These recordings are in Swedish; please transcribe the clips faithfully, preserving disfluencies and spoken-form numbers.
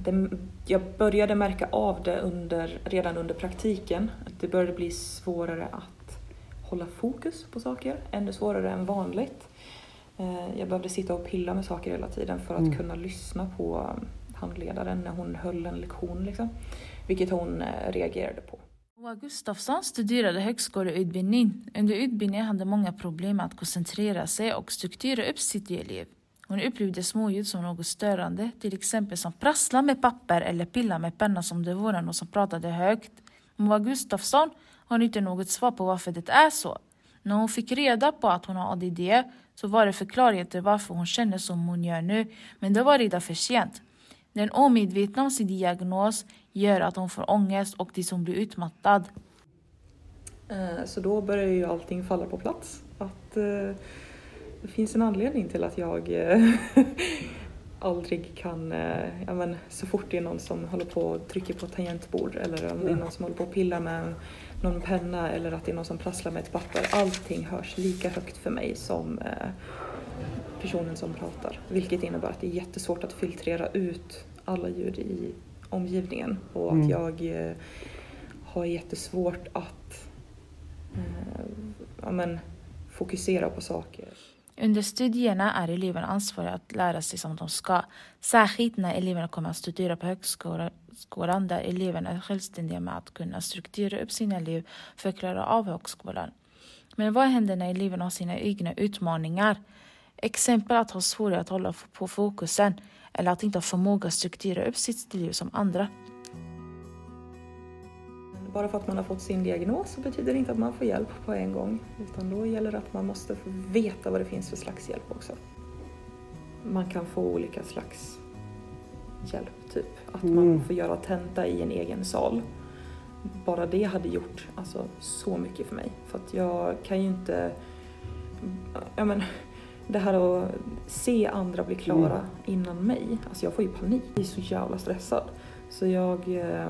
Det, jag började märka av det under, redan under praktiken. Det började bli svårare att hålla fokus på saker. Ännu svårare än vanligt. Jag behövde sitta och pilla med saker hela tiden för att mm. kunna lyssna på handledaren när hon höll en lektion. Liksom, vilket hon reagerade på. Moa Gustafsson studerade högskoleutbildning. Under utbildningen hade många problem med att koncentrera sig och strukturera upp sitt liv. Hon upplevde småljud som något störande, till exempel som prassla med papper eller pilla med penna som det var någon som pratade högt. Moa Gustafsson har inte något svar på varför det är så. När hon fick reda på att hon har A D D så var det förklaringen till varför hon känner som hon gör nu, men det var redan för sent. Den omedvetna om sin diagnos gör att hon får ångest och det som blir utmattad. Så då börjar ju allting falla på plats. Att det finns en anledning till att jag aldrig kan, ja men, så fort det är någon som håller på och trycker på ett tangentbord eller om det är någon som håller på och pillar med någon penna eller att det är någon som prasslar med ett papper. Allting hörs lika högt för mig som personen som pratar. Vilket innebär att det är jättesvårt att filtrera ut alla ljud i omgivningen. Och att mm. jag eh, har jättesvårt att eh, ja, men, fokusera på saker. Under studierna är eleverna ansvariga att lära sig som de ska. Särskilt när eleverna kommer att studera på högskolan där eleverna är självständiga med att kunna strukturera upp sina liv för att klara av högskolan. Men vad händer när eleverna har sina egna utmaningar? Exempel att ha svårare att hålla på fokusen eller att inte ha förmåga att strukturera upp sitt liv som andra. Bara för att man har fått sin diagnos så betyder det inte att man får hjälp på en gång. Utan då gäller det att man måste få veta vad det finns för slags hjälp också. Man kan få olika slags hjälp, typ. Att mm. man får göra tenta i en egen sal. Bara det hade gjort alltså, så mycket för mig. För att jag kan ju inte... Jag men, det här att se andra bli klara mm. innan mig. Alltså jag får ju panik. Jag är så jävla stressad. Så jag...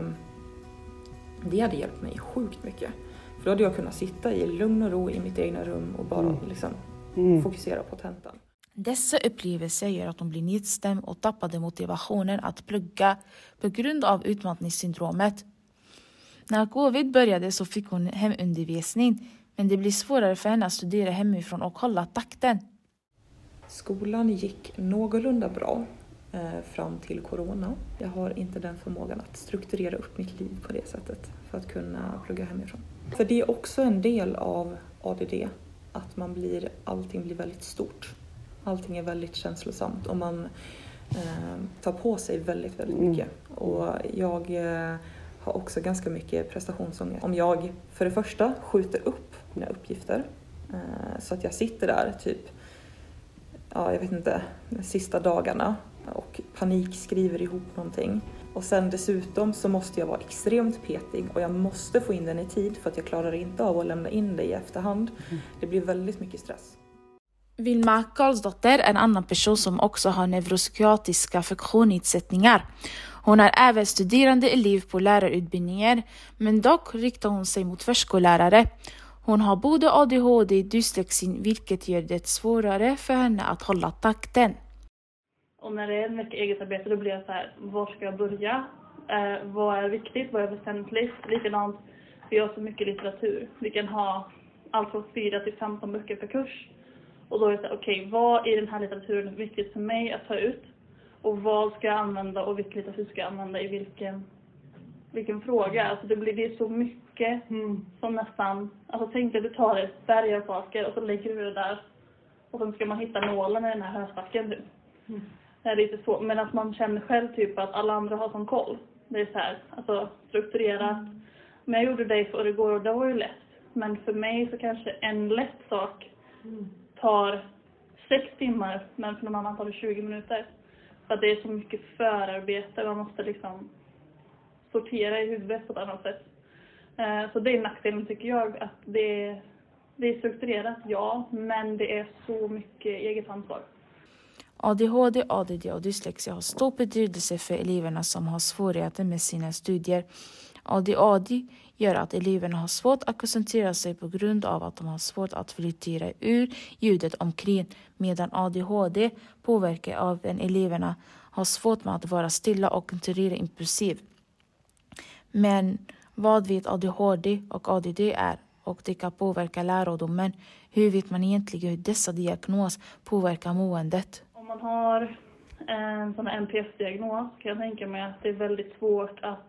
Det hade hjälpt mig sjukt mycket. För då hade jag kunnat sitta i lugn och ro i mitt egna rum och bara mm. liksom, mm. fokusera på tentan. Dessa upplevelser gör att de blir nedstämd och tappade motivationen att plugga på grund av utmattningssyndromet. När covid började så fick hon hemundervisning, men det blir svårare för henne att studera hemifrån och hålla takten. Skolan gick någorlunda bra eh, fram till corona. Jag har inte den förmågan att strukturera upp mitt liv på det sättet för att kunna plugga hemifrån. För det är också en del av A D D att man blir, allting blir väldigt stort. Allting är väldigt känslosamt och man eh, tar på sig väldigt, väldigt mycket. Mm. Och jag eh, har också ganska mycket prestationsångest. Om jag för det första skjuter upp mina uppgifter eh, så att jag sitter där typ, ja jag vet inte, de sista dagarna och panik skriver ihop någonting. Och sen dessutom så måste jag vara extremt petig och jag måste få in den i tid för att jag klarar inte av att lämna in det i efterhand. Mm. Det blir väldigt mycket stress. Vilma Karlsdotter är en annan person som också har neuropsykiatriska funktionsnedsättningar. Hon är även studerande elev på lärarutbildningar, men dock riktar hon sig mot förskollärare. Hon har både A D H D och dyslexi, vilket gör det svårare för henne att hålla takten. Och när det är mycket eget arbete då blir jag så här, var ska jag börja? Eh, vad är viktigt? Vad är väsentligt? Likadant, vi har så mycket litteratur. Vi kan ha allt från fyra till femton böcker per kurs. Och då är det så här, okej, okay, vad i den här litteraturen är viktigt för mig att ta ut? Och vad ska jag använda och vilken litteratur ska jag använda i vilken, vilken fråga? Alltså det blir det så mycket mm. som nästan... Alltså tänk dig att du tar ett berg av saker och så lägger du det där. Och sen ska man hitta nålen i den här höstacken nu. Mm. Det är lite så. Men att man känner själv typ att alla andra har sån koll. Det är så här, alltså strukturerat. Mm. Men jag gjorde det för det går och det var ju lätt. Men för mig så kanske en lätt sak mm. tar sex timmar. Men för någon annan tar det tjugo minuter. För att det är så mycket förarbete. Man måste liksom sortera i huvudet på ett annat sätt. Så det är nackdelen tycker jag. Att det är, det är strukturerat, ja. Men det är så mycket eget ansvar. A D H D, A D D och dyslexia har stor betydelse för eleverna som har svårigheter med sina studier. A D H D gör att eleverna har svårt att koncentrera sig på grund av att de har svårt att filtrera ur ljudet omkring, medan A D H D påverkar av en eleverna har svårt med att vara stilla och kontrollera impulsiv. Men vad vet A D H D och A D D är och det kan påverka lärdomen? Hur vet man egentligen hur dessa diagnos påverkar måendet? Om man har en sån här N P S-diagnos kan jag tänka mig att det är väldigt svårt att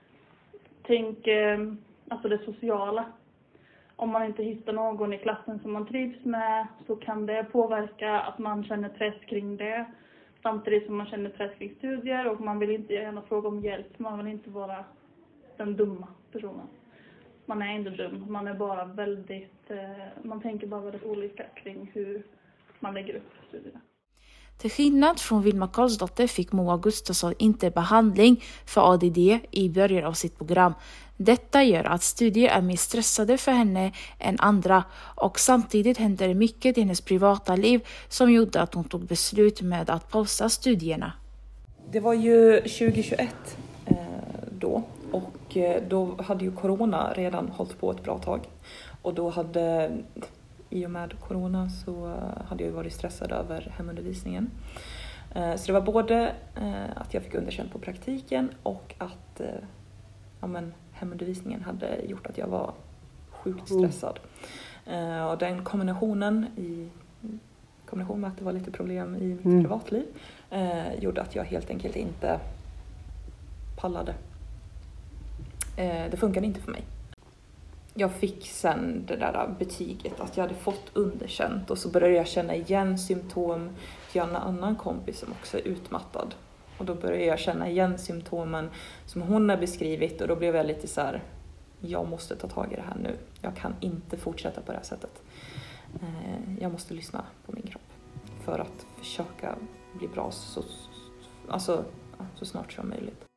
tänka, alltså det sociala. Om man inte hittar någon i klassen som man trivs med så kan det påverka att man känner press kring det. Samtidigt som man känner press kring studier och man vill inte gärna fråga om hjälp. Man vill inte vara den dumma personen. Man är inte dum, man är bara väldigt, man tänker bara väldigt olika kring hur man lägger upp studierna. Till skillnad från Vilma Karlsdotter fick Moa Gustafsson inte behandling för A D D i början av sitt program. Detta gör att studier är mer stressade för henne än andra och samtidigt hände det mycket i hennes privata liv som gjorde att hon tog beslut med att pausa studierna. Det var ju tjugohundratjugoett eh, då och då hade ju corona redan hållit på ett bra tag och då hade... I och med corona så hade jag varit stressad över hemundervisningen. Så det var både att jag fick underkänt på praktiken och att ja, men, hemundervisningen hade gjort att jag var sjukt stressad. Mm. Och den kombinationen, i kombination med att det var lite problem i mitt mm. privatliv, gjorde att jag helt enkelt inte pallade. Det funkade inte för mig. Jag fick sen det där betyget att jag hade fått underkänt och så började jag känna igen symptom. Jag har en annan kompis som också är utmattad och då började jag känna igen symptomen som hon har beskrivit och då blev jag lite så här, jag måste ta tag i det här nu. Jag kan inte fortsätta på det här sättet. Jag måste lyssna på min kropp för att försöka bli bra så, alltså, så snart som möjligt.